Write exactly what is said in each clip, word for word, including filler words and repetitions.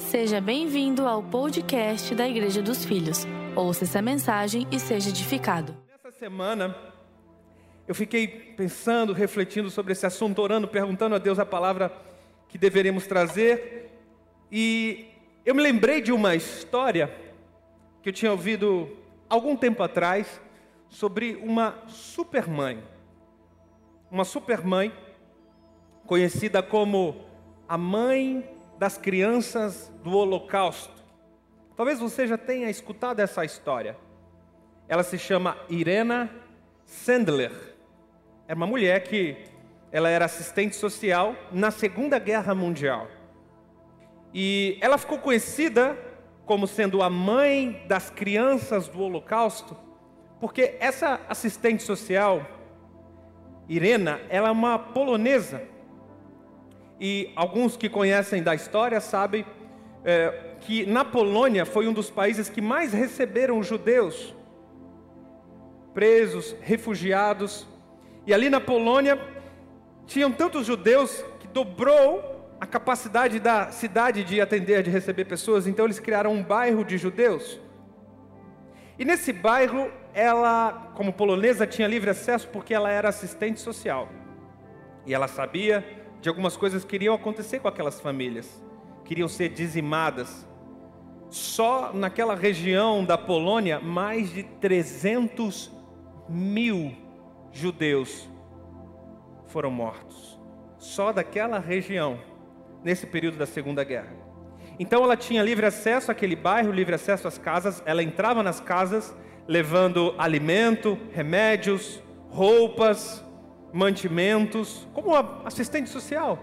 Seja bem-vindo ao podcast da Igreja dos Filhos. Ouça essa mensagem e seja edificado. Nessa semana, eu fiquei pensando, refletindo sobre esse assunto, orando, perguntando a Deus a palavra que deveríamos trazer. E eu me lembrei de uma história que eu tinha ouvido algum tempo atrás sobre uma supermãe. Uma supermãe conhecida como a mãe das crianças do Holocausto. Talvez você já tenha escutado essa história. Ela se chama Irena Sandler. É uma mulher que ela era assistente social na Segunda Guerra Mundial. E ela ficou conhecida como sendo a mãe das crianças do Holocausto, porque essa assistente social, Irena, ela é uma polonesa. E alguns que conhecem da história sabem é, que na Polônia foi um dos países que mais receberam judeus, presos, refugiados. E ali na Polônia tinham tantos judeus que dobrou a capacidade da cidade de atender, de receber pessoas. Então eles criaram um bairro de judeus. E nesse bairro, ela, como polonesa, tinha livre acesso porque ela era assistente social. E ela sabia de algumas coisas que iriam acontecer com aquelas famílias. Queriam ser dizimadas. Só naquela região da Polônia, mais de trezentos mil judeus foram mortos. Só daquela região, nesse período da Segunda Guerra. Então ela tinha livre acesso àquele bairro, livre acesso às casas. Ela entrava nas casas levando alimento, remédios, roupas, mantimentos, como assistente social.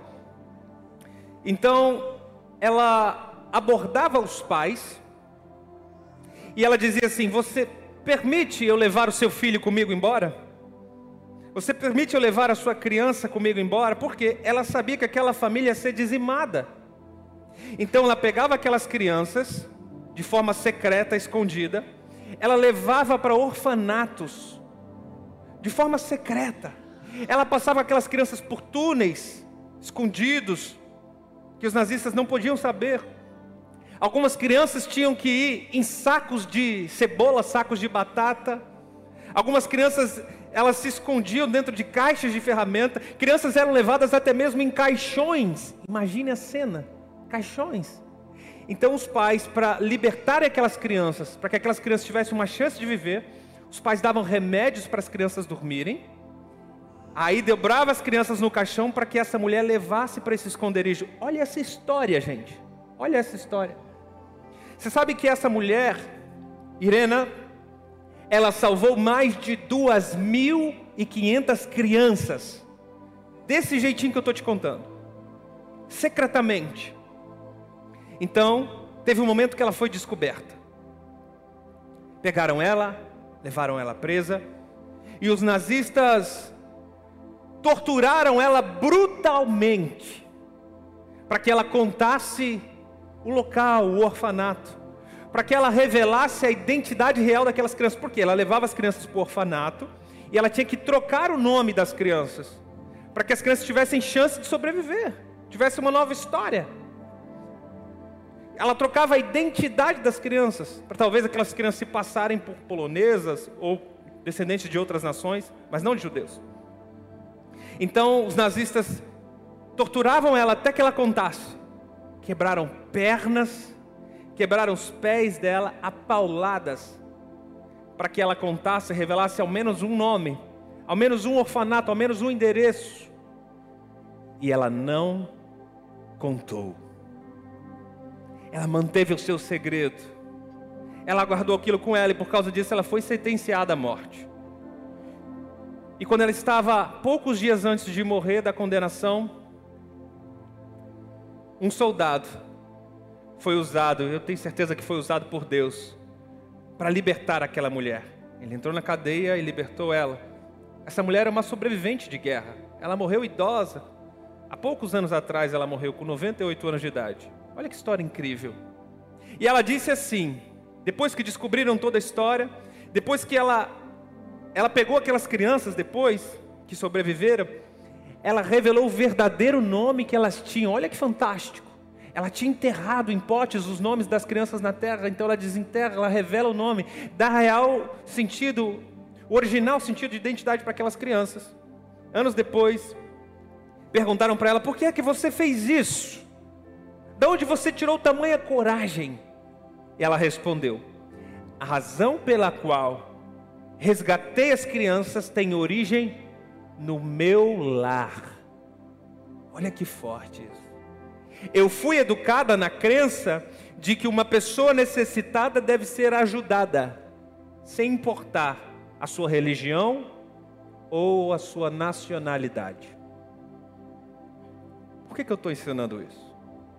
Então ela abordava os pais e ela dizia assim: você permite eu levar o seu filho comigo embora? Você permite eu levar a sua criança comigo embora? Porque ela sabia que aquela família ia ser dizimada. Então ela pegava aquelas crianças de forma secreta, escondida, ela levava para orfanatos de forma secreta. Ela passava aquelas crianças por túneis escondidos que os nazistas não podiam saber. Algumas crianças tinham que ir em sacos de cebola, sacos de batata. Algumas crianças, elas se escondiam dentro de caixas de ferramenta. Crianças eram levadas até mesmo em caixões. Imagine a cena, caixões. Então os pais, para libertarem aquelas crianças, para que aquelas crianças tivessem uma chance de viver, os pais davam remédios para as crianças dormirem. Aí dobrava as crianças no caixão para que essa mulher levasse para esse esconderijo. Olha essa história, gente. Olha essa história. Você sabe que essa mulher, Irena, ela salvou mais de duas mil e quinhentas crianças. Desse jeitinho que eu estou te contando. Secretamente. Então, teve um momento que ela foi descoberta. Pegaram ela, levaram ela presa. E os nazistas torturaram ela brutalmente, para que ela contasse o local, o orfanato, para que ela revelasse a identidade real daquelas crianças. Porque ela levava as crianças para o orfanato, e ela tinha que trocar o nome das crianças, para que as crianças tivessem chance de sobreviver, tivesse uma nova história. Ela trocava a identidade das crianças, para talvez aquelas crianças se passarem por polonesas, ou descendentes de outras nações, mas não de judeus. Então os nazistas torturavam ela até que ela contasse. Quebraram pernas, quebraram os pés dela a pauladas, para que ela contasse, revelasse ao menos um nome, ao menos um orfanato, ao menos um endereço. E ela não contou. Ela manteve o seu segredo. Ela guardou aquilo com ela e por causa disso ela foi sentenciada à morte. E quando ela estava poucos dias antes de morrer da condenação, um soldado foi usado, eu tenho certeza que foi usado por Deus, para libertar aquela mulher. Ele entrou na cadeia e libertou ela. Essa mulher é uma sobrevivente de guerra. Ela morreu idosa. Há poucos anos atrás ela morreu com noventa e oito anos de idade. Olha que história incrível. E ela disse assim, depois que descobriram toda a história, depois que ela... Ela pegou aquelas crianças depois, que sobreviveram, ela revelou o verdadeiro nome que elas tinham. Olha que fantástico. Ela tinha enterrado em potes os nomes das crianças na terra, então ela desenterra, ela revela o nome, dá real sentido, o original sentido de identidade para aquelas crianças. Anos depois, perguntaram para ela: por que é que você fez isso? De onde você tirou tamanha coragem? E ela respondeu: a razão pela qual resgatei as crianças tem origem no meu lar. Olha que forte isso. Eu fui educada na crença de que uma pessoa necessitada deve ser ajudada, sem importar a sua religião ou a sua nacionalidade. Por que que eu estou ensinando isso?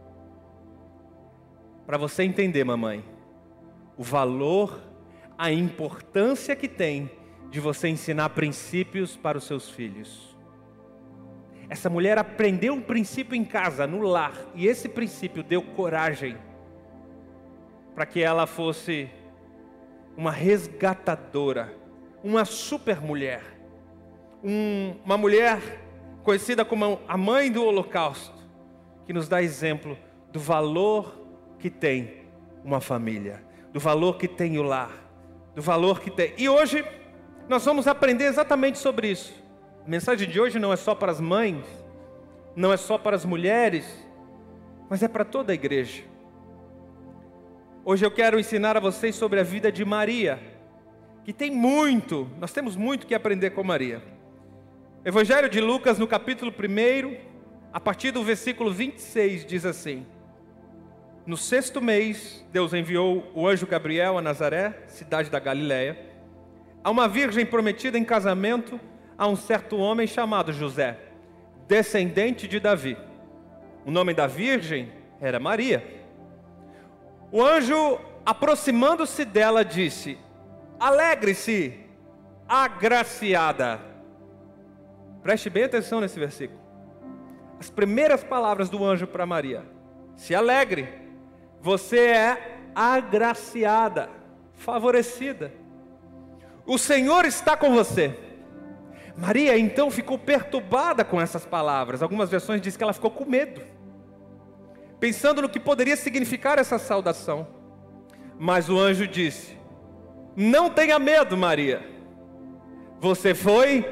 Para você entender, mamãe, o valor, a importância que tem de você ensinar princípios para os seus filhos. Essa mulher aprendeu um princípio em casa, no lar, e esse princípio deu coragem para que ela fosse uma resgatadora, uma super mulher, um, uma mulher conhecida como a mãe do Holocausto, que nos dá exemplo do valor que tem uma família, do valor que tem o lar, do valor que tem. E hoje nós vamos aprender exatamente sobre isso. A mensagem de hoje não é só para as mães, não é só para as mulheres, mas é para toda a igreja. Hoje eu quero ensinar a vocês sobre a vida de Maria, que tem muito, nós temos muito que aprender com Maria. Evangelho de Lucas, no capítulo primeiro, a partir do versículo vinte e seis, diz assim: no sexto mês, Deus enviou o anjo Gabriel a Nazaré, cidade da Galileia, a uma virgem prometida em casamento a um certo homem chamado José, descendente de Davi. O nome da virgem era Maria. O anjo, aproximando-se dela, disse: alegre-se, agraciada. Preste bem atenção nesse versículo. As primeiras palavras do anjo para Maria: se alegre, você é agraciada, favorecida. O Senhor está com você. Maria então ficou perturbada com essas palavras. Algumas versões dizem que ela ficou com medo, pensando no que poderia significar essa saudação. Mas o anjo disse: não tenha medo, Maria. Você foi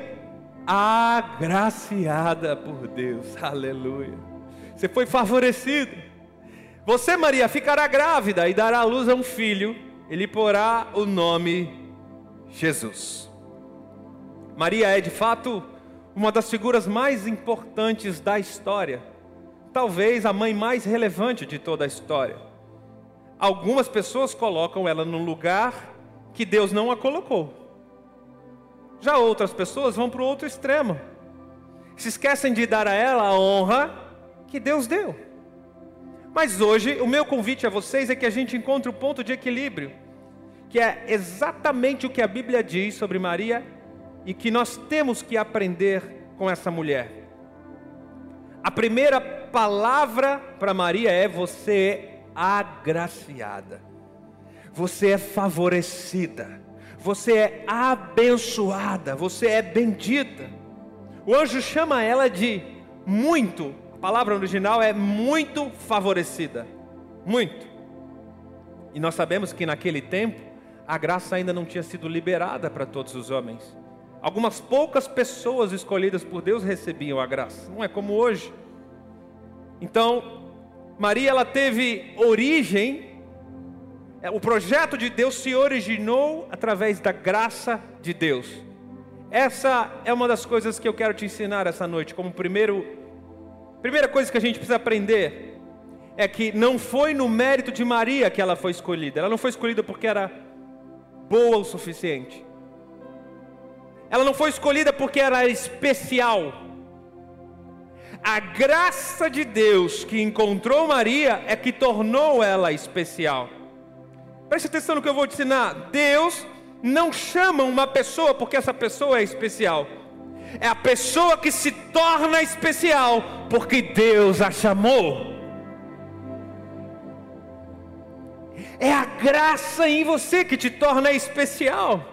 agraciada por Deus. Aleluia. Você foi favorecida. Você, Maria, ficará grávida e dará à luz a um filho. Ele porá o nome Jesus. Maria é de fato uma das figuras mais importantes da história, talvez a mãe mais relevante de toda a história. Algumas pessoas colocam ela num lugar que Deus não a colocou. Já outras pessoas vão para o outro extremo, se esquecem de dar a ela a honra que Deus deu. Mas hoje o meu convite a vocês é que a gente encontre o ponto de equilíbrio, que é exatamente o que a Bíblia diz sobre Maria e que nós temos que aprender com essa mulher. A primeira palavra para Maria é: você é agraciada, você é favorecida, você é abençoada, você é bendita. O anjo chama ela de muito, a palavra original é muito favorecida, muito. E nós sabemos que naquele tempo a graça ainda não tinha sido liberada para todos os homens. Algumas poucas pessoas escolhidas por Deus recebiam a graça, não é como hoje. Então, Maria, ela teve origem, o projeto de Deus se originou através da graça de Deus. Essa é uma das coisas que eu quero te ensinar essa noite, como primeiro, primeira coisa que a gente precisa aprender, é que não foi no mérito de Maria que ela foi escolhida. Ela não foi escolhida porque era boa o suficiente. Ela não foi escolhida porque era especial. A graça de Deus que encontrou Maria é que tornou ela especial. Preste atenção no que eu vou te ensinar. Deus não chama uma pessoa porque essa pessoa é especial. É a pessoa que se torna especial porque Deus a chamou. É a graça em você que te torna especial.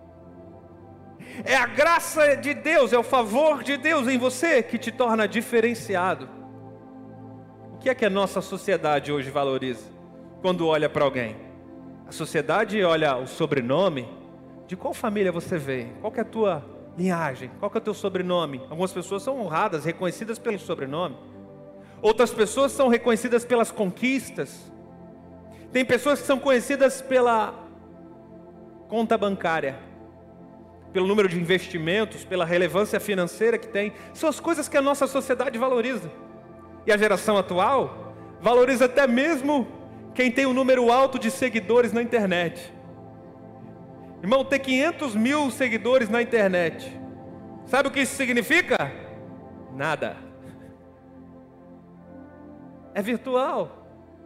É a graça de Deus, é o favor de Deus em você que te torna diferenciado. que é que a nossa sociedade hoje valoriza quando olha para alguém? A sociedade olha o sobrenome. De qual família você vem? Qual que é a tua linhagem? Qual que é o teu sobrenome? Algumas pessoas são honradas, reconhecidas pelo sobrenome. Outras pessoas são reconhecidas pelas conquistas. Tem pessoas que são conhecidas pela conta bancária, pelo número de investimentos, pela relevância financeira que tem. São as coisas que a nossa sociedade valoriza. E a geração atual valoriza até mesmo quem tem um número alto de seguidores na internet. Irmão, ter quinhentos mil seguidores na internet, sabe o que isso significa? Nada. É virtual.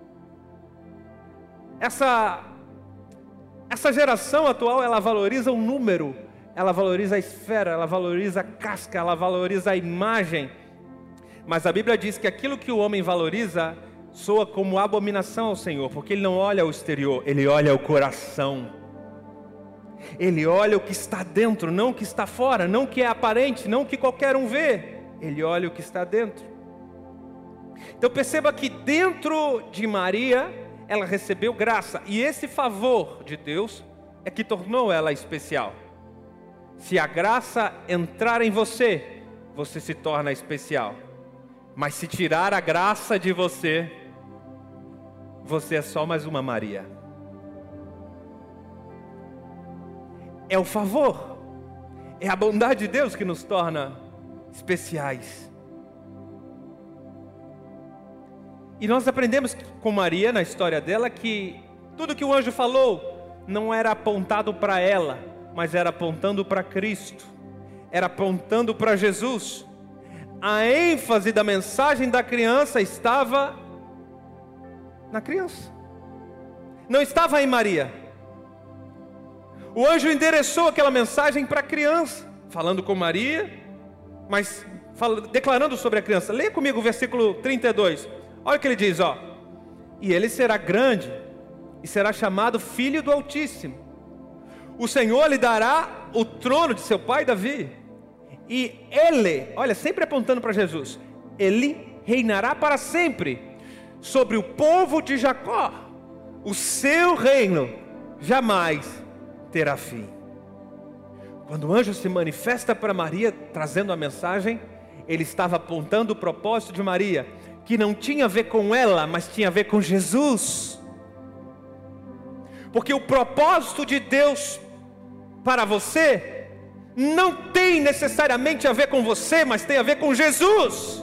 Essa, essa geração atual, ela valoriza o número, ela valoriza a esfera, ela valoriza a casca, ela valoriza a imagem. Mas a Bíblia diz que aquilo que o homem valoriza soa como abominação ao Senhor, porque ele não olha o exterior, ele olha o coração. Ele olha o que está dentro, não o que está fora, não o que é aparente, não o que qualquer um vê. Ele olha o que está dentro. Então perceba que dentro de Maria, ela recebeu graça. E esse favor de Deus é que tornou ela especial. Se a graça entrar em você, você se torna especial. Mas se tirar a graça de você, você é só mais uma Maria. É o favor, é a bondade de Deus que nos torna especiais. E nós aprendemos com Maria, na história dela, que tudo que o anjo falou não era apontado para ela, mas era apontando para Cristo, era apontando para Jesus. A ênfase da mensagem da criança estava na criança, não estava em Maria. O anjo endereçou aquela mensagem para a criança, falando com Maria, mas falando, declarando sobre a criança. Leia comigo o versículo trinta e dois. Olha o que ele diz, ó. E ele será grande e será chamado Filho do Altíssimo. O Senhor lhe dará o trono de seu pai Davi. E ele, olha, sempre apontando para Jesus, ele reinará para sempre sobre o povo de Jacó. O seu reino jamais terá fim. Quando o anjo se manifesta para Maria, trazendo a mensagem, ele estava apontando o propósito de Maria, que não tinha a ver com ela, mas tinha a ver com Jesus. Porque o propósito de Deus para você não tem necessariamente a ver com você, mas tem a ver com Jesus.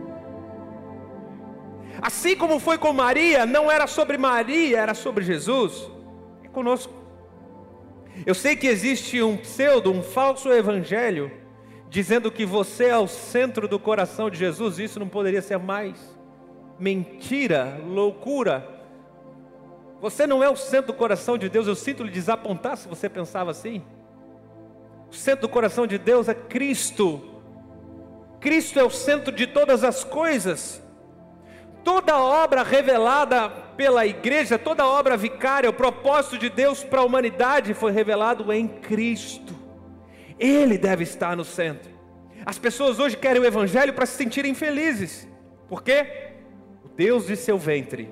Assim como foi com Maria, não era sobre Maria, era sobre Jesus. É conosco. Eu sei que existe um pseudo, um falso evangelho, dizendo que você é o centro do coração de Jesus. Isso não poderia ser mais mentira, loucura. Você não é o centro do coração de Deus. Eu sinto lhe desapontar se você pensava assim. O centro do coração de Deus é Cristo. Cristo é o centro de todas as coisas. Toda obra revelada pela igreja, toda obra vicária, o propósito de Deus para a humanidade foi revelado em Cristo. Ele deve estar no centro. As pessoas hoje querem o evangelho para se sentirem felizes. Por quê? O Deus de seu ventre,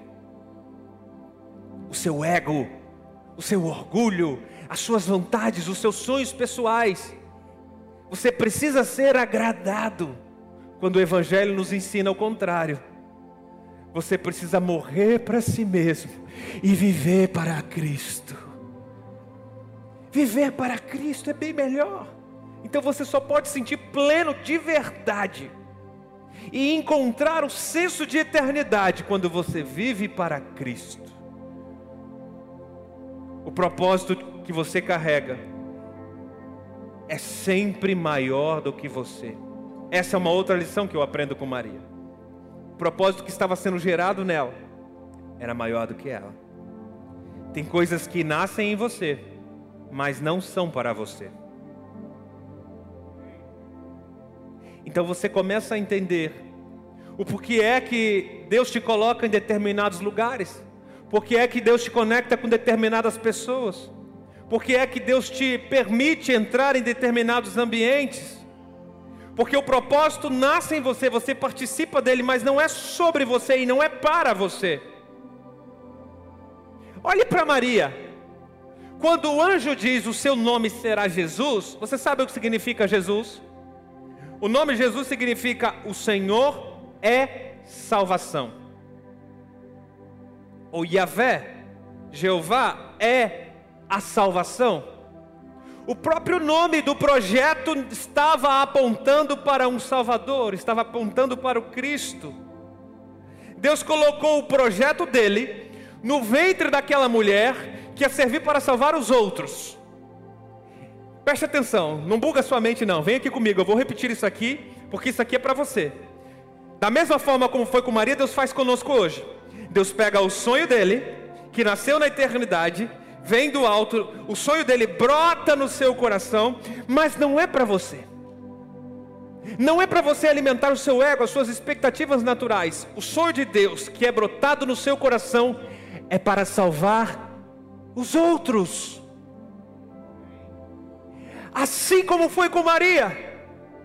o seu ego, o seu orgulho, as suas vontades, os seus sonhos pessoais. Você precisa ser agradado, quando o evangelho nos ensina o contrário. Você precisa morrer para si mesmo e viver para Cristo. Viver para Cristo é bem melhor. Então você só pode sentir pleno de verdade e encontrar o senso de eternidade quando você vive para Cristo. O propósito que você carrega é sempre maior do que você. Essa é uma outra lição que eu aprendo com Maria. O propósito que estava sendo gerado nela era maior do que ela. Tem coisas que nascem em você, mas não são para você. Então você começa a entender o porquê é que Deus te coloca em determinados lugares, porquê é que Deus te conecta com determinadas pessoas, porquê é que Deus te permite entrar em determinados ambientes, Porque o propósito nasce em você, você participa dele, mas não é sobre você e não é para você. Olhe para Maria. Quando o anjo diz o seu nome será Jesus, você sabe o que significa Jesus? O nome Jesus significa o Senhor é salvação. Ou Yahvé, Jeová é a salvação. O próprio nome do projeto estava apontando para um Salvador, estava apontando para o Cristo. Deus colocou o projeto dele no ventre daquela mulher que ia servir para salvar os outros. Preste atenção, não buga sua mente não, vem aqui comigo, eu vou repetir isso aqui, porque isso aqui é para você. Da mesma forma como foi com Maria, Deus faz conosco hoje. Deus pega o sonho dele, que nasceu na eternidade, vem do alto, o sonho dele brota no seu coração, mas não é para você. Não é para você alimentar o seu ego, as suas expectativas naturais. O sonho de Deus, que é brotado no seu coração, é para salvar os outros. Assim como foi com Maria.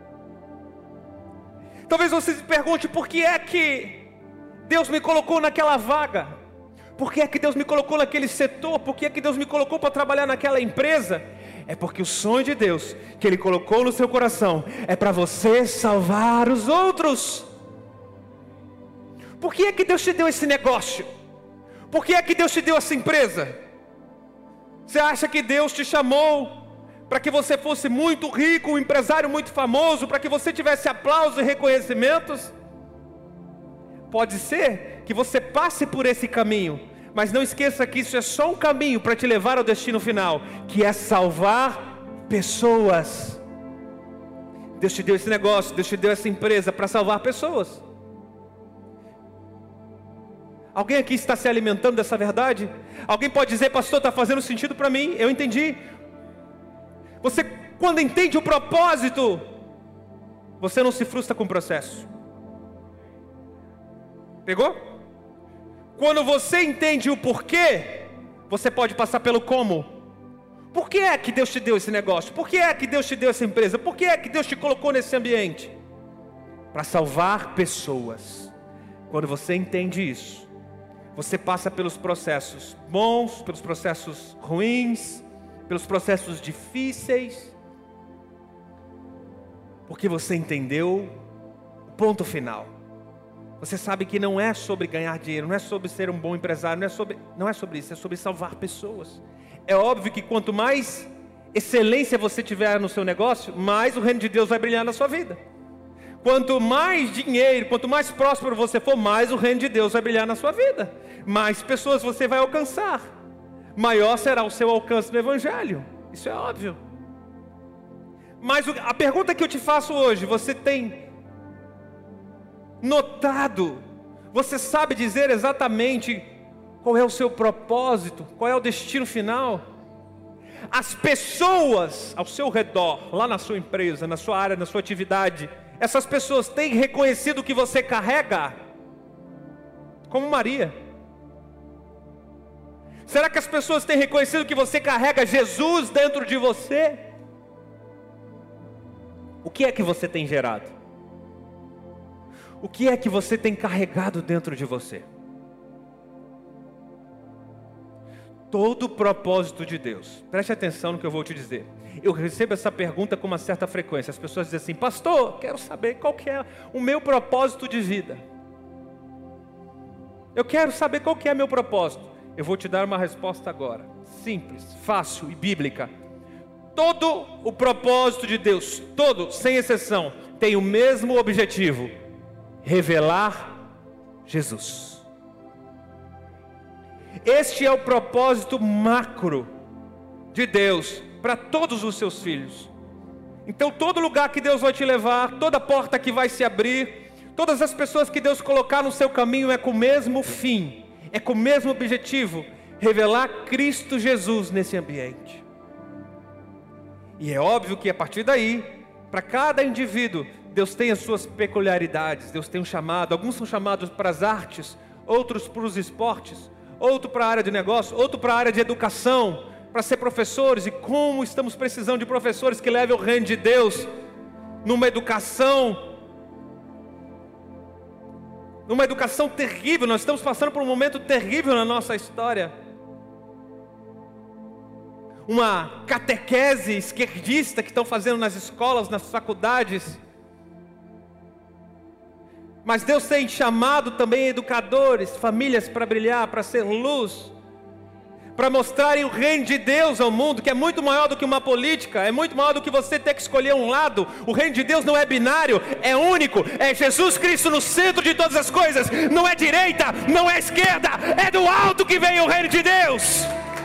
Talvez você se pergunte, por que é que Deus me colocou naquela vaga? Por que é que Deus me colocou naquele setor? Por que é que Deus me colocou para trabalhar naquela empresa? É porque o sonho de Deus, que Ele colocou no seu coração, é para você salvar os outros. Por que é que Deus te deu esse negócio? Por que é que Deus te deu essa empresa? Você acha que Deus te chamou para que você fosse muito rico, um empresário muito famoso, para que você tivesse aplausos e reconhecimentos? Pode ser que você passe por esse caminho, mas não esqueça que isso é só um caminho para te levar ao destino final, que é salvar pessoas. Deus te deu esse negócio, Deus te deu essa empresa para salvar pessoas. Alguém aqui está se alimentando dessa verdade? Alguém pode dizer, pastor, está fazendo sentido para mim, eu entendi. Você, quando entende o propósito, você não se frustra com o processo. Pegou? Quando você entende o porquê, você pode passar pelo como. Por que é que Deus te deu esse negócio? Por que é que Deus te deu essa empresa? Por que é que Deus te colocou nesse ambiente? Para salvar pessoas. Quando você entende isso, você passa pelos processos bons, pelos processos ruins, pelos processos difíceis, porque você entendeu o ponto final. Você sabe que não é sobre ganhar dinheiro, não é sobre ser um bom empresário, não é sobre, não é sobre isso, é sobre salvar pessoas. É óbvio que quanto mais excelência você tiver no seu negócio, mais o reino de Deus vai brilhar na sua vida. Quanto mais dinheiro, quanto mais próspero você for, mais o reino de Deus vai brilhar na sua vida. Mais pessoas você vai alcançar. Maior será o seu alcance no Evangelho. Isso é óbvio. Mas a pergunta que eu te faço hoje, você tem notado, você sabe dizer exatamente qual é o seu propósito, qual é o destino final? As pessoas ao seu redor, lá na sua empresa, na sua área, na sua atividade, essas pessoas têm reconhecido o que você carrega? Como Maria. Será que as pessoas têm reconhecido que você carrega Jesus dentro de você? O que é que você tem gerado? O que é que você tem carregado dentro de você? Todo o propósito de Deus, preste atenção no que eu vou te dizer. Eu recebo essa pergunta com uma certa frequência. As pessoas dizem assim, pastor, quero saber qual que é o meu propósito de vida. Eu quero saber qual que é meu propósito. Eu vou te dar uma resposta agora, simples, fácil e bíblica. Todo o propósito de Deus, todo, sem exceção, tem o mesmo objetivo: revelar Jesus. Este é o propósito macro de Deus para todos os seus filhos. Então todo lugar que Deus vai te levar, toda porta que vai se abrir, todas as pessoas que Deus colocar no seu caminho é com o mesmo fim, é com o mesmo objetivo: revelar Cristo Jesus nesse ambiente. E é óbvio que a partir daí, para cada indivíduo, Deus tem as suas peculiaridades, Deus tem um chamado. Alguns são chamados para as artes, outros para os esportes, outro para a área de negócio, outro para a área de educação, para ser professores. E como estamos precisando de professores que levem o reino de Deus numa educação, numa educação terrível. Nós estamos passando por um momento terrível na nossa história. Uma catequese esquerdista que estão fazendo nas escolas, nas faculdades. Mas Deus tem chamado também educadores, famílias para brilhar, para ser luz, para mostrarem o reino de Deus ao mundo, que é muito maior do que uma política, é muito maior do que você ter que escolher um lado. O reino de Deus não é binário, é único, é Jesus Cristo no centro de todas as coisas. Não é direita, não é esquerda, é do alto que vem o reino de Deus.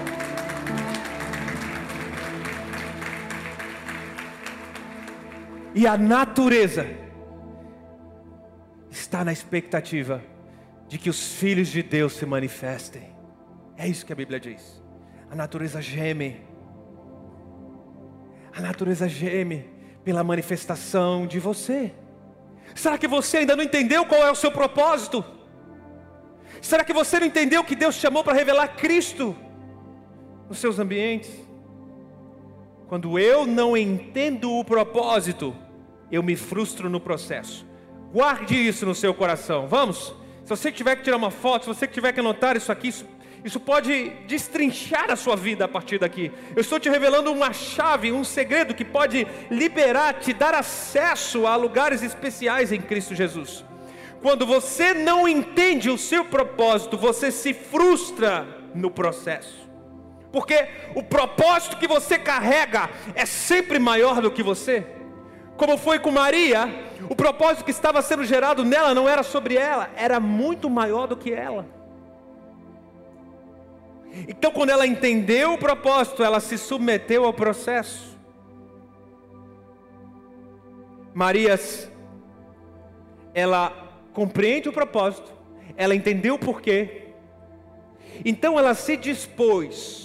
E a natureza está na expectativa de que os filhos de Deus se manifestem. É isso que a Bíblia diz. A natureza geme. A natureza geme pela manifestação de você. Será que você ainda não entendeu qual é o seu propósito? Será que você não entendeu que Deus te chamou para revelar Cristo nos seus ambientes? Quando eu não entendo o propósito, eu me frustro no processo. Guarde isso no seu coração. Vamos? Se você tiver que tirar uma foto, se você tiver que anotar isso aqui, isso, isso pode destrinchar a sua vida a partir daqui. Eu estou te revelando uma chave, um segredo que pode liberar, te dar acesso a lugares especiais em Cristo Jesus. Quando você não entende o seu propósito, você se frustra no processo. Porque o propósito que você carrega é sempre maior do que você. Como foi com Maria, o propósito que estava sendo gerado nela não era sobre ela, era muito maior do que ela. Então, quando ela entendeu o propósito, ela se submeteu ao processo. Maria, ela compreende o propósito, ela entendeu o porquê, então ela se dispôs.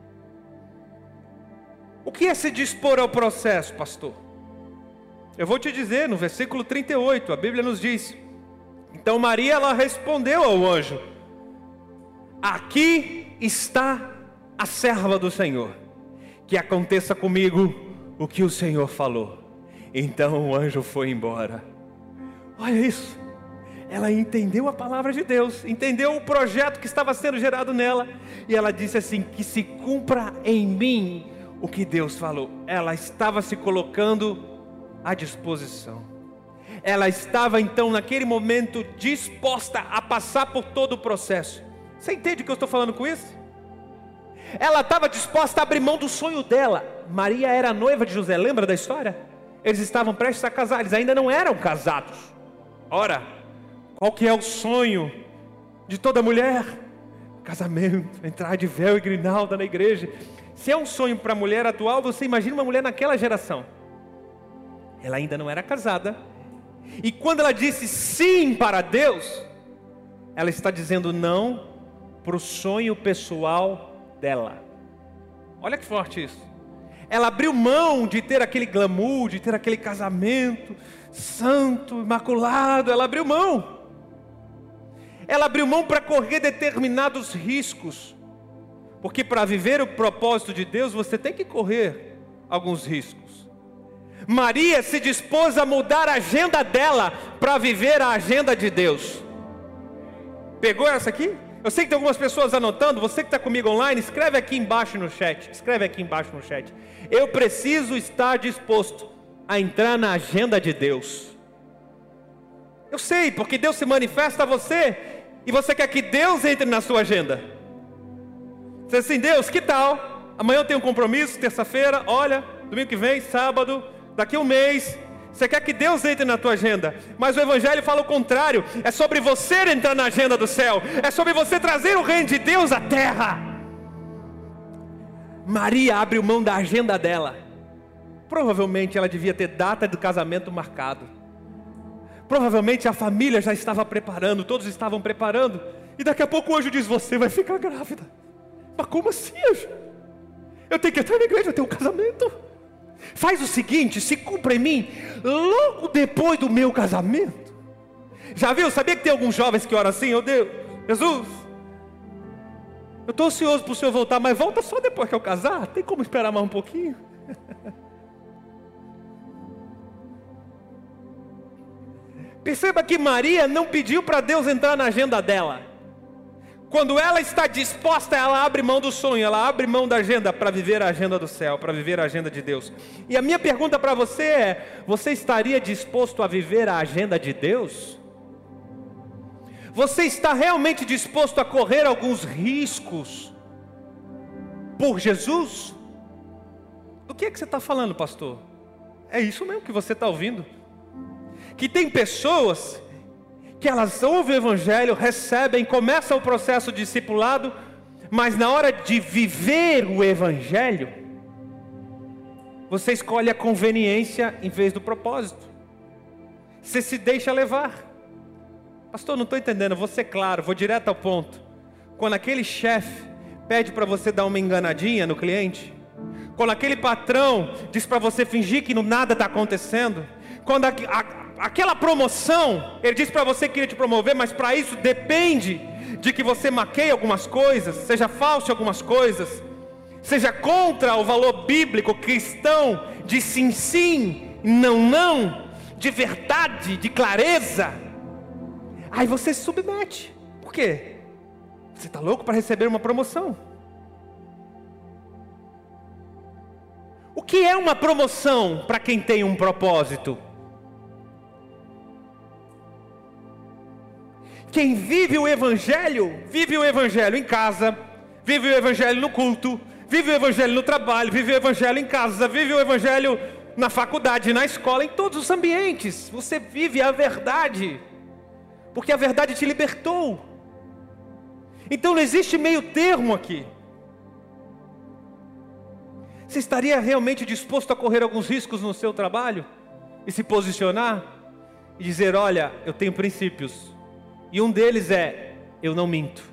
O que é se dispor ao processo, pastor? Eu vou te dizer, no versículo trinta e oito, a Bíblia nos diz: então Maria, ela respondeu ao anjo: aqui está a serva do Senhor, que aconteça comigo o que o Senhor falou. Então o anjo foi embora. Olha isso, ela entendeu a palavra de Deus, entendeu o projeto que estava sendo gerado nela, e ela disse assim: que se cumpra em mim o que Deus falou. Ela estava se colocando à disposição. Ela estava então naquele momento disposta a passar por todo o processo. Você entende o que eu estou falando com isso? Ela estava disposta a abrir mão do sonho dela. Maria era noiva de José, lembra da história? Eles estavam prestes a casar, eles ainda não eram casados. Ora, qual que é o sonho de toda mulher? Casamento, entrar de véu e grinalda na igreja. Se é um sonho para a mulher atual, você imagina uma mulher naquela geração. Ela ainda não era casada, e quando ela disse sim para Deus, ela está dizendo não para o sonho pessoal dela. Olha que forte isso. Ela abriu mão de ter aquele glamour, de ter aquele casamento santo, imaculado. Ela abriu mão. Ela abriu mão para correr determinados riscos, porque para viver o propósito de Deus, você tem que correr alguns riscos. Maria se dispôs a mudar a agenda dela para viver a agenda de Deus. Pegou essa aqui? Eu sei que tem algumas pessoas anotando. Você que está comigo online, escreve aqui embaixo no chat. Escreve aqui embaixo no chat. Eu preciso estar disposto a entrar na agenda de Deus. Eu sei, porque Deus se manifesta a você, e você quer que Deus entre na sua agenda. Você diz assim: Deus, que tal? Amanhã eu tenho um compromisso, terça-feira, olha, domingo que vem, sábado, daqui a um mês. Você quer que Deus entre na tua agenda, mas o Evangelho fala o contrário. É sobre você entrar na agenda do céu, é sobre você trazer o reino de Deus à terra. Maria abriu mão da agenda dela. Provavelmente ela devia ter data do casamento marcado. Provavelmente a família já estava preparando, todos estavam preparando, e daqui a pouco o anjo diz: você vai ficar grávida. Mas como assim, anjo? Eu tenho que entrar na igreja, eu tenho um casamento. Faz o seguinte, se cumpra em mim logo depois do meu casamento. Já viu? Sabia que tem alguns jovens que oram assim: oh Deus, Jesus, eu estou ansioso para o Senhor voltar, mas volta só depois que eu casar. Tem como esperar mais um pouquinho? Perceba que Maria não pediu para Deus entrar na agenda dela. Quando ela está disposta, ela abre mão do sonho, ela abre mão da agenda para viver a agenda do céu, para viver a agenda de Deus. E a minha pergunta para você é: você estaria disposto a viver a agenda de Deus? Você está realmente disposto a correr alguns riscos por Jesus? Do que é que você está falando, pastor? É isso mesmo que você está ouvindo? Que tem pessoas que elas ouvem o Evangelho, recebem, começam o processo de discipulado, mas na hora de viver o Evangelho, você escolhe a conveniência em vez do propósito. Você se deixa levar. Pastor, não estou entendendo, vou ser claro, vou direto ao ponto. Quando aquele chefe pede para você dar uma enganadinha no cliente, quando aquele patrão diz para você fingir que nada está acontecendo, quando a, a, aquela promoção, ele diz para você que queria te promover, mas para isso depende de que você maqueie algumas coisas, seja falso em algumas coisas, seja contra o valor bíblico cristão de sim, sim, não, não, de verdade, de clareza. Aí você se submete. Por quê? Você está louco para receber uma promoção? O que é uma promoção para quem tem um propósito? Quem vive o Evangelho, vive o Evangelho em casa, vive o Evangelho no culto, vive o Evangelho no trabalho, vive o Evangelho em casa, vive o Evangelho na faculdade, na escola, em todos os ambientes. Você vive a verdade, porque a verdade te libertou. Então não existe meio termo aqui. Você estaria realmente disposto a correr alguns riscos no seu trabalho? E se posicionar? E dizer, olha, eu tenho princípios. E um deles é, eu não minto.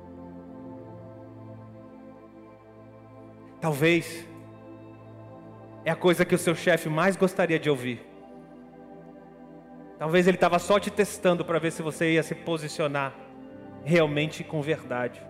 Talvez é a coisa que o seu chefe mais gostaria de ouvir. Talvez ele estava só te testando para ver se você ia se posicionar realmente com verdade.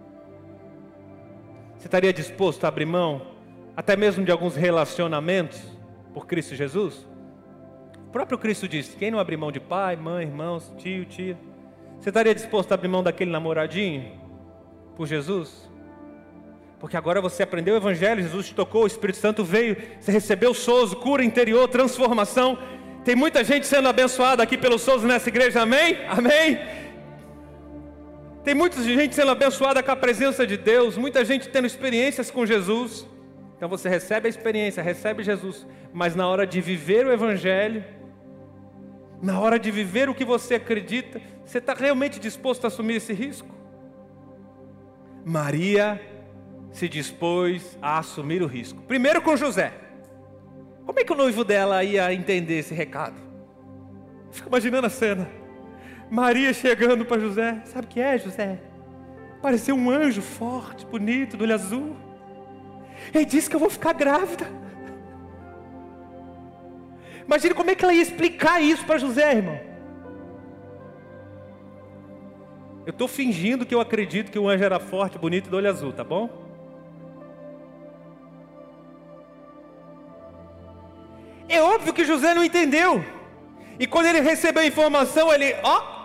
Você estaria disposto a abrir mão até mesmo de alguns relacionamentos por Cristo Jesus? O próprio Cristo disse, quem não abrir mão de pai, mãe, irmãos, tio, tia, você estaria disposto a abrir mão daquele namoradinho por Jesus? Porque agora você aprendeu o Evangelho, Jesus te tocou, o Espírito Santo veio, você recebeu sozo, cura interior, transformação. Tem muita gente sendo abençoada aqui pelo sozo nessa igreja, amém? Amém? Tem muita gente sendo abençoada com a presença de Deus, muita gente tendo experiências com Jesus. Então você recebe a experiência, recebe Jesus, mas na hora de viver o Evangelho, na hora de viver o que você acredita, você está realmente disposto a assumir esse risco? Maria se dispôs a assumir o risco. Primeiro com José. Como é que o noivo dela ia entender esse recado? Fico imaginando a cena. Maria chegando para José. Sabe o que é, José? Pareceu um anjo forte, bonito, do olho azul. Ele disse que eu vou ficar grávida. Imagine como é que ela ia explicar isso para José, irmão. Eu estou fingindo que eu acredito que o anjo era forte, bonito e do olho azul, tá bom? É óbvio que José não entendeu. E quando ele recebeu a informação, ele, ó.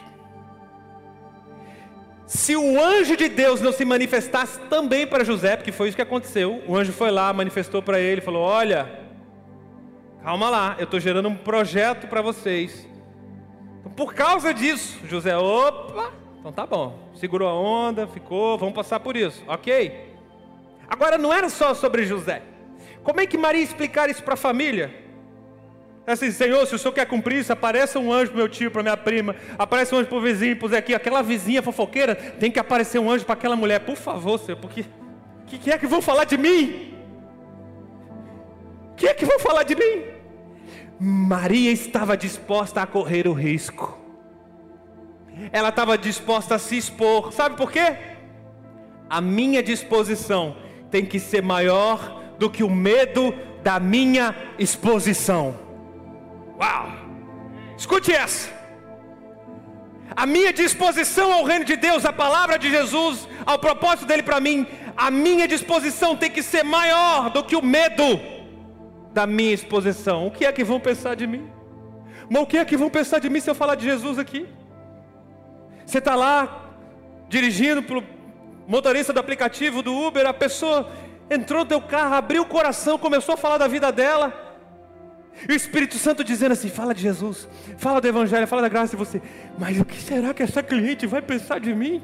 Se o anjo de Deus não se manifestasse também para José, porque foi isso que aconteceu. O anjo foi lá, manifestou para ele, falou, olha, calma lá, eu estou gerando um projeto para vocês. Então, por causa disso, José, opa, então tá bom. Segurou a onda, ficou, vamos passar por isso, ok? Agora não era só sobre José. Como é que Maria ia explicar isso para a família? Assim, Senhor, se o Senhor quer cumprir isso, apareça um anjo para meu tio, para minha prima, aparece um anjo para o vizinho, para o Zé aqui, aquela vizinha fofoqueira, tem que aparecer um anjo para aquela mulher, por favor, Senhor, porque o que, que é que vão falar de mim? O que é que vão falar de mim? Maria estava disposta a correr o risco, ela estava disposta a se expor, sabe por quê? A minha disposição tem que ser maior do que o medo da minha exposição. Uau! Escute essa. A minha disposição ao reino de Deus, a palavra de Jesus, ao propósito dele para mim, a minha disposição tem que ser maior do que o medo da minha exposição. O que é que vão pensar de mim? Mas o que é que vão pensar de mim se eu falar de Jesus aqui? Você está lá, dirigindo pelo motorista do aplicativo do Uber, a pessoa entrou no teu carro, abriu o coração, começou a falar da vida dela, e o Espírito Santo dizendo assim: fala de Jesus, fala do Evangelho, fala da graça de você. Mas o que será que essa cliente vai pensar de mim?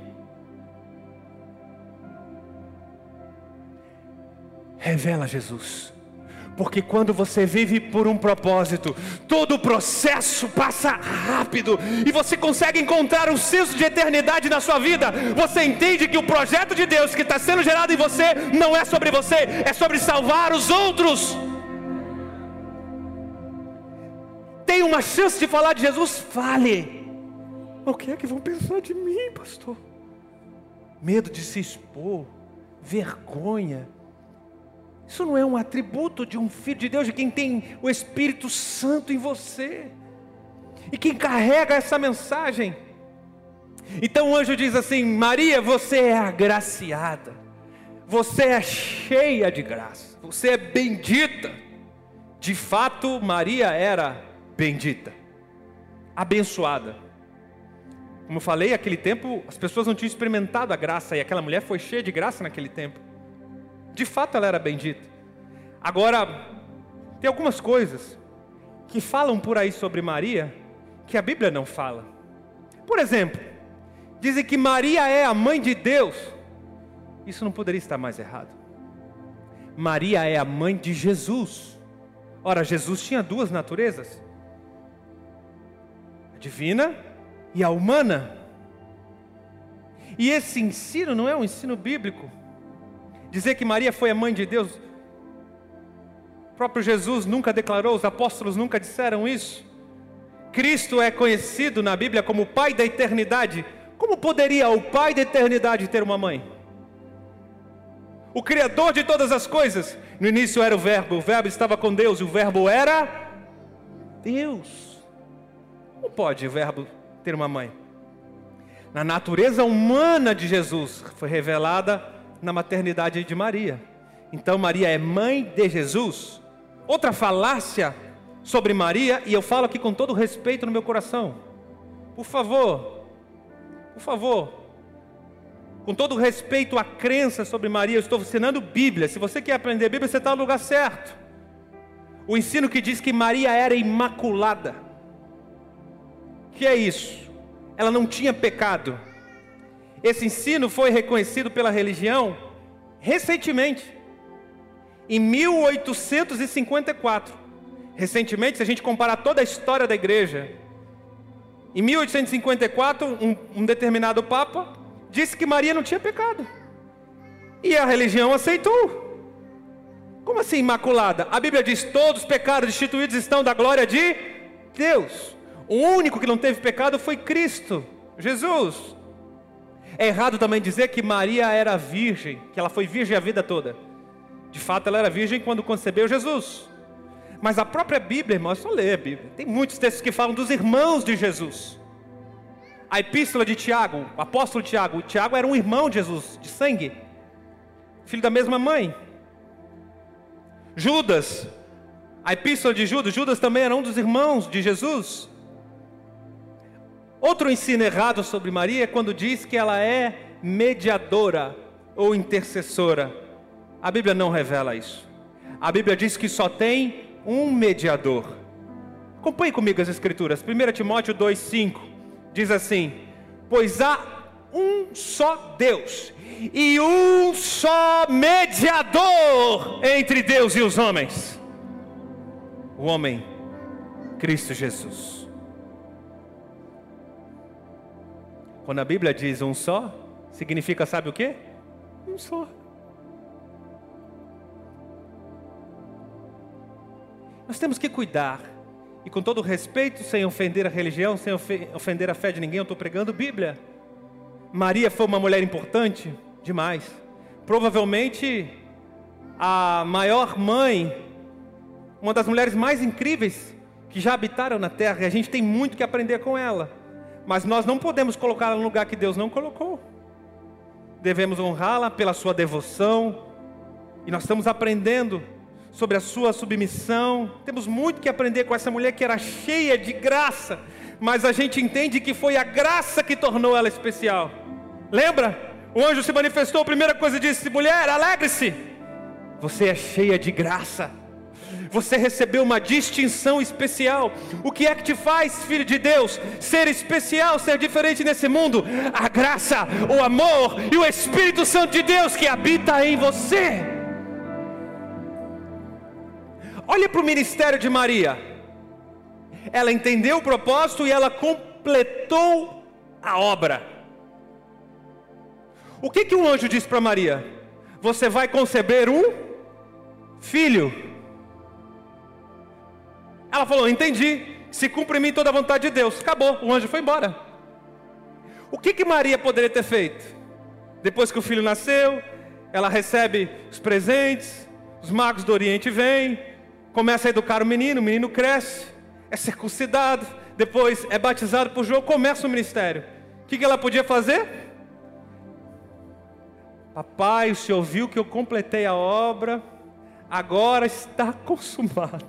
Revela Jesus. Porque quando você vive por um propósito, todo o processo passa rápido e você consegue encontrar um senso de eternidade na sua vida. Você entende que o projeto de Deus que está sendo gerado em você não é sobre você, é sobre salvar os outros. Tem uma chance de falar de Jesus? Fale. O que é que vão pensar de mim, pastor? Medo de se expor, vergonha. Isso não é um atributo de um filho de Deus, de quem tem o Espírito Santo em você, e quem carrega essa mensagem. Então o anjo diz assim: Maria, você é agraciada, você é cheia de graça, você é bendita. De fato, Maria era bendita, abençoada. Como eu falei, naquele tempo as pessoas não tinham experimentado a graça, e aquela mulher foi cheia de graça naquele tempo. De fato ela era bendita. Agora, tem algumas coisas que falam por aí sobre Maria que a Bíblia não fala. Por exemplo, dizem que Maria é a mãe de Deus. Isso não poderia estar mais errado. Maria é a mãe de Jesus. Ora, Jesus tinha duas naturezas, a divina e a humana. E esse ensino não é um ensino bíblico. Dizer que Maria foi a mãe de Deus, o próprio Jesus nunca declarou, os apóstolos nunca disseram isso. Cristo é conhecido na Bíblia como o Pai da eternidade. Como poderia o Pai da eternidade ter uma mãe? O Criador de todas as coisas. No início era o Verbo, o Verbo estava com Deus e o Verbo era Deus. Como pode o Verbo ter uma mãe? Na natureza humana de Jesus foi revelada na maternidade de Maria. Então Maria é mãe de Jesus. Outra falácia sobre Maria, e eu falo aqui com todo respeito no meu coração, por favor, por favor, com todo respeito à crença sobre Maria, eu estou ensinando Bíblia. Se você quer aprender Bíblia, você está no lugar certo. O ensino que diz que Maria era imaculada. O que é isso? Ela não tinha pecado. Esse ensino foi reconhecido pela religião recentemente, em mil oitocentos e cinquenta e quatro. Recentemente, se a gente comparar toda a história da igreja, em mil oitocentos e cinquenta e quatro, um, um determinado papa disse que Maria não tinha pecado, e a religião aceitou. Como assim imaculada? A Bíblia diz: todos os pecados destituídos estão da glória de Deus. O único que não teve pecado foi Cristo, Jesus. É errado também dizer que Maria era virgem, que ela foi virgem a vida toda. De fato ela era virgem quando concebeu Jesus. Mas a própria Bíblia, irmão, é só ler a Bíblia. Tem muitos textos que falam dos irmãos de Jesus. A epístola de Tiago, o apóstolo Tiago, o Tiago era um irmão de Jesus, de sangue, filho da mesma mãe. Judas, a epístola de Judas, Judas também era um dos irmãos de Jesus. Outro ensino errado sobre Maria é quando diz que ela é mediadora ou intercessora. A Bíblia não revela isso. A Bíblia diz que só tem um mediador. Acompanhe comigo as escrituras. primeiro Timóteo dois, cinco diz assim: pois há um só Deus e um só mediador entre Deus e os homens, o homem Cristo Jesus. Quando a Bíblia diz um só, significa, sabe o quê? Um só. Nós temos que cuidar, e com todo respeito, sem ofender a religião, sem ofender a fé de ninguém, eu estou pregando Bíblia. Maria foi uma mulher importante demais, provavelmente a maior mãe, uma das mulheres mais incríveis que já habitaram na terra, e a gente tem muito que aprender com ela. Mas nós não podemos colocá-la no lugar que Deus não colocou. Devemos honrá-la pela sua devoção. E nós estamos aprendendo sobre a sua submissão. Temos muito que aprender com essa mulher que era cheia de graça, mas a gente entende que foi a graça que tornou ela especial. Lembra? O anjo se manifestou, a primeira coisa disse: mulher, alegre-se, você é cheia de graça, você recebeu uma distinção especial. O que é que te faz, filho de Deus, ser especial, ser diferente nesse mundo? A graça, o amor e o Espírito Santo de Deus que habita em você. Olha para o ministério de Maria. Ela entendeu o propósito e ela completou a obra. O que que o anjo disse para Maria? Você vai conceber um filho. Ela falou: entendi, se cumpre em mim toda a vontade de Deus. Acabou, o anjo foi embora. O que que Maria poderia ter feito? Depois que o filho nasceu, ela recebe os presentes, os magos do Oriente vêm, começa a educar o menino, o menino cresce, é circuncidado, depois é batizado por João, começa o ministério. O que que ela podia fazer? Papai, o senhor viu que eu completei a obra, agora está consumado.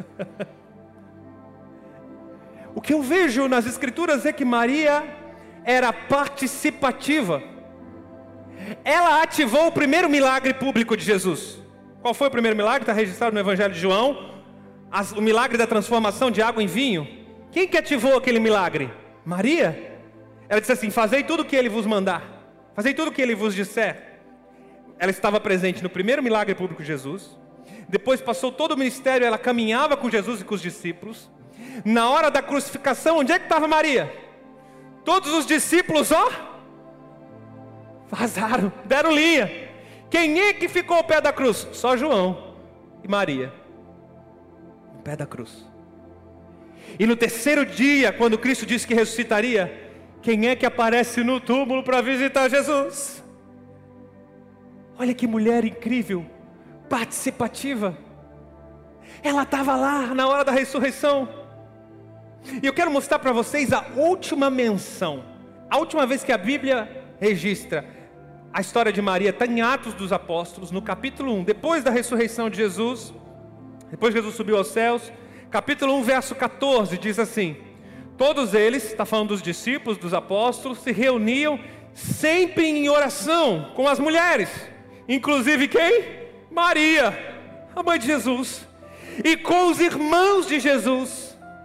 O que eu vejo nas escrituras é que Maria era participativa. Ela ativou o primeiro milagre público de Jesus. Qual foi o primeiro milagre? Está registrado no Evangelho de João. As, o milagre da transformação de água em vinho. Quem que ativou aquele milagre? Maria. Ela disse assim: fazei tudo o que ele vos mandar, fazei tudo o que ele vos disser. Ela estava presente no primeiro milagre público de Jesus. Depois passou todo o ministério, ela caminhava com Jesus e com os discípulos. Na hora da crucificação, onde é que estava Maria? Todos os discípulos, ó, vazaram, deram linha. Quem é que ficou ao pé da cruz? Só João e Maria, ao pé da cruz. E no terceiro dia, quando Cristo disse que ressuscitaria, quem é que aparece no túmulo para visitar Jesus? Olha que mulher incrível, participativa. Ela estava lá na hora da ressurreição. E eu quero mostrar para vocês a última menção, a última vez que a Bíblia registra a história de Maria. Está em Atos dos Apóstolos, no capítulo um, depois da ressurreição de Jesus, depois que Jesus subiu aos céus. Capítulo um, verso catorze, diz assim: todos eles, está falando dos discípulos, dos apóstolos, se reuniam sempre em oração com as mulheres, inclusive quem? Maria, a mãe de Jesus, e com os irmãos de Jesus.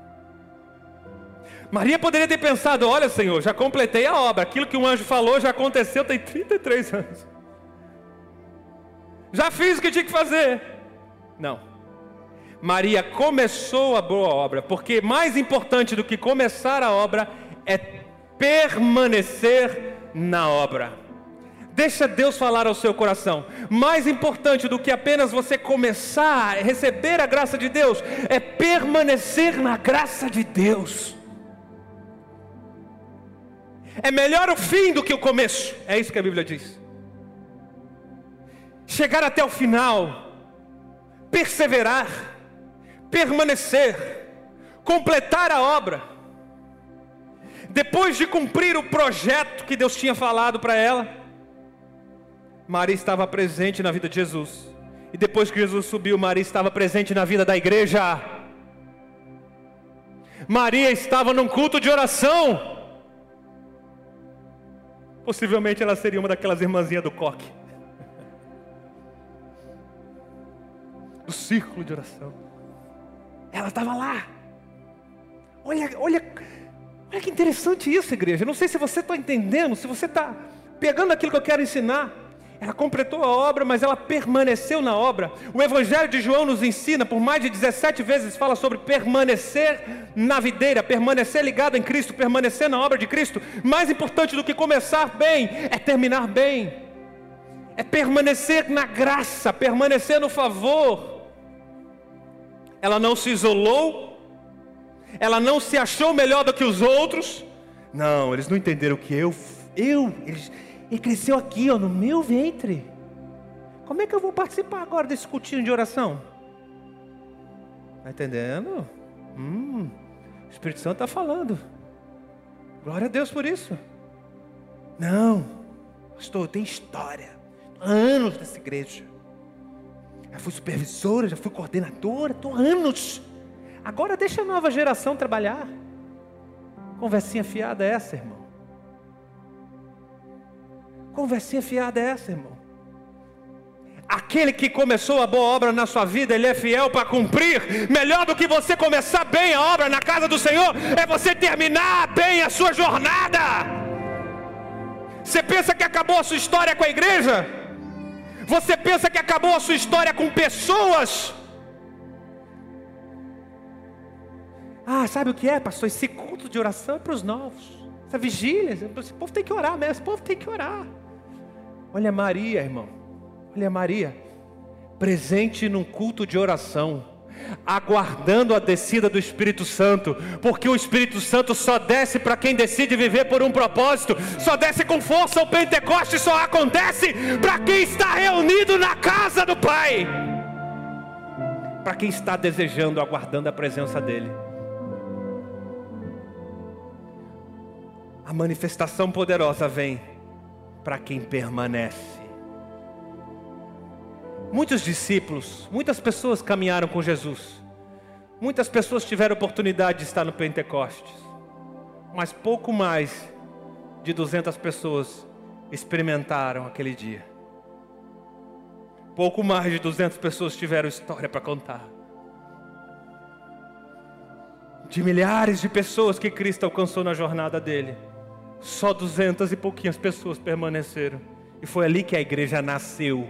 Maria poderia ter pensado: olha, Senhor, já completei a obra, aquilo que um anjo falou já aconteceu, tem trinta e três anos, já fiz o que tinha que fazer. Não, Maria começou a boa obra, porque mais importante do que começar a obra é permanecer na obra. Deixa Deus falar ao seu coração. Mais importante do que apenas você começar a receber a graça de Deus é permanecer na graça de Deus. É melhor o fim do que o começo, é isso que a Bíblia diz. Chegar até o final, perseverar, permanecer, completar a obra. Depois de cumprir o projeto que Deus tinha falado para ela, Maria estava presente na vida de Jesus. E depois que Jesus subiu, Maria estava presente na vida da igreja. Maria estava num culto de oração. Possivelmente ela seria uma daquelas irmãzinhas do coque, do círculo de oração. Ela estava lá. Olha, olha, olha que interessante isso, igreja. Não sei se você está entendendo, se você está pegando aquilo que eu quero ensinar. Ela completou a obra, mas ela permaneceu na obra. O Evangelho de João nos ensina, por mais de dezessete vezes, fala sobre permanecer na videira, permanecer ligado em Cristo, permanecer na obra de Cristo. Mais importante do que começar bem, é terminar bem, é permanecer na graça, permanecer no favor. Ela não se isolou, ela não se achou melhor do que os outros. Não, eles não entenderam que eu, eu, eles... Ele cresceu aqui, ó, no meu ventre. Como é que eu vou participar agora desse cultinho de oração? Está entendendo? Hum, o Espírito Santo está falando. Glória a Deus por isso. Não, pastor, tem história, anos dessa igreja. Já fui supervisora, já fui coordenadora, estou há anos. Agora deixa a nova geração trabalhar. Conversinha fiada é essa, irmão? Conversinha fiada é essa, irmão? Aquele que começou a boa obra na sua vida, Ele é fiel para cumprir. Melhor do que você começar bem a obra na casa do Senhor, é você terminar bem a sua jornada. Você pensa que acabou a sua história com a igreja? Você pensa que acabou a sua história com pessoas? Ah, sabe o que é, pastor? Esse culto de oração é para os novos. Essa vigília, esse povo tem que orar mesmo, esse povo tem que orar. Olha Maria, irmão. Olha Maria, presente num culto de oração, aguardando a descida do Espírito Santo, porque o Espírito Santo só desce para quem decide viver por um propósito, só desce com força. O Pentecoste só acontece para quem está reunido na casa do Pai, para quem está desejando, aguardando a presença dEle. A manifestação poderosa vem para quem permanece. Muitos discípulos, muitas pessoas caminharam com Jesus. Muitas pessoas tiveram oportunidade de estar no Pentecostes. Mas pouco mais de duzentas pessoas experimentaram aquele dia. Pouco mais de duzentas pessoas tiveram história para contar. De milhares de pessoas que Cristo alcançou na jornada dele, só duzentas e pouquinhas pessoas permaneceram. E foi ali que a igreja nasceu.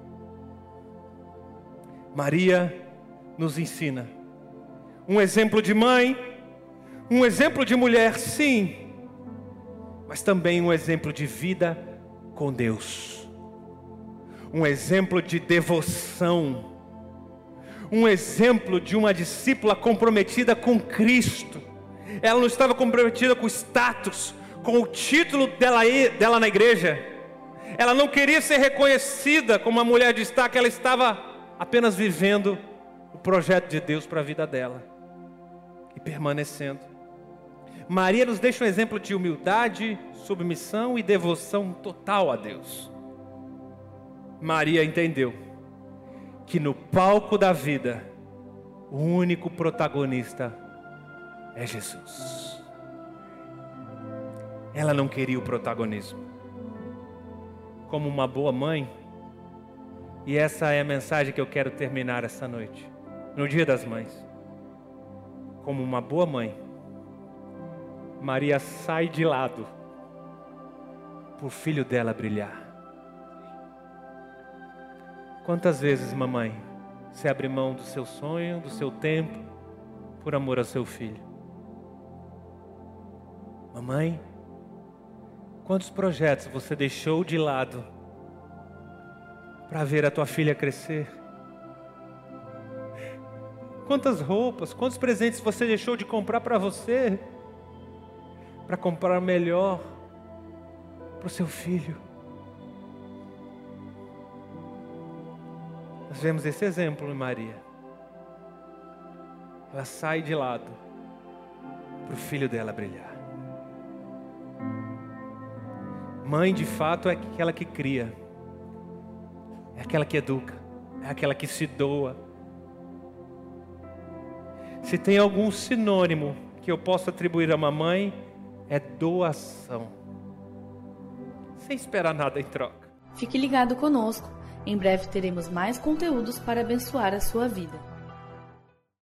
Maria nos ensina um exemplo de mãe, um exemplo de mulher, sim, mas também um exemplo de vida com Deus, um exemplo de devoção, um exemplo de uma discípula comprometida com Cristo. Ela não estava comprometida com o status, com o título dela, dela na igreja. Ela não queria ser reconhecida como uma mulher de destaque. Ela estava apenas vivendo o projeto de Deus para a vida dela e permanecendo. Maria nos deixa um exemplo de humildade, submissão e devoção total a Deus. Maria entendeu que no palco da vida, o único protagonista é Jesus. Ela não queria o protagonismo. Como uma boa mãe, e essa é a mensagem que eu quero terminar essa noite, no Dia das Mães. Como uma boa mãe, Maria sai de lado para o filho dela brilhar. Quantas vezes, mamãe, você abre mão do seu sonho, do seu tempo, por amor ao seu filho? Mamãe, quantos projetos você deixou de lado para ver a tua filha crescer? Quantas roupas, quantos presentes você deixou de comprar para você, para comprar melhor para o seu filho? Nós vemos esse exemplo em Maria. Ela sai de lado para o filho dela brilhar. Mãe, de fato, é aquela que cria, é aquela que educa, é aquela que se doa. Se tem algum sinônimo que eu possa atribuir a uma mãe, é doação, sem esperar nada em troca. Fique ligado conosco, em breve teremos mais conteúdos para abençoar a sua vida.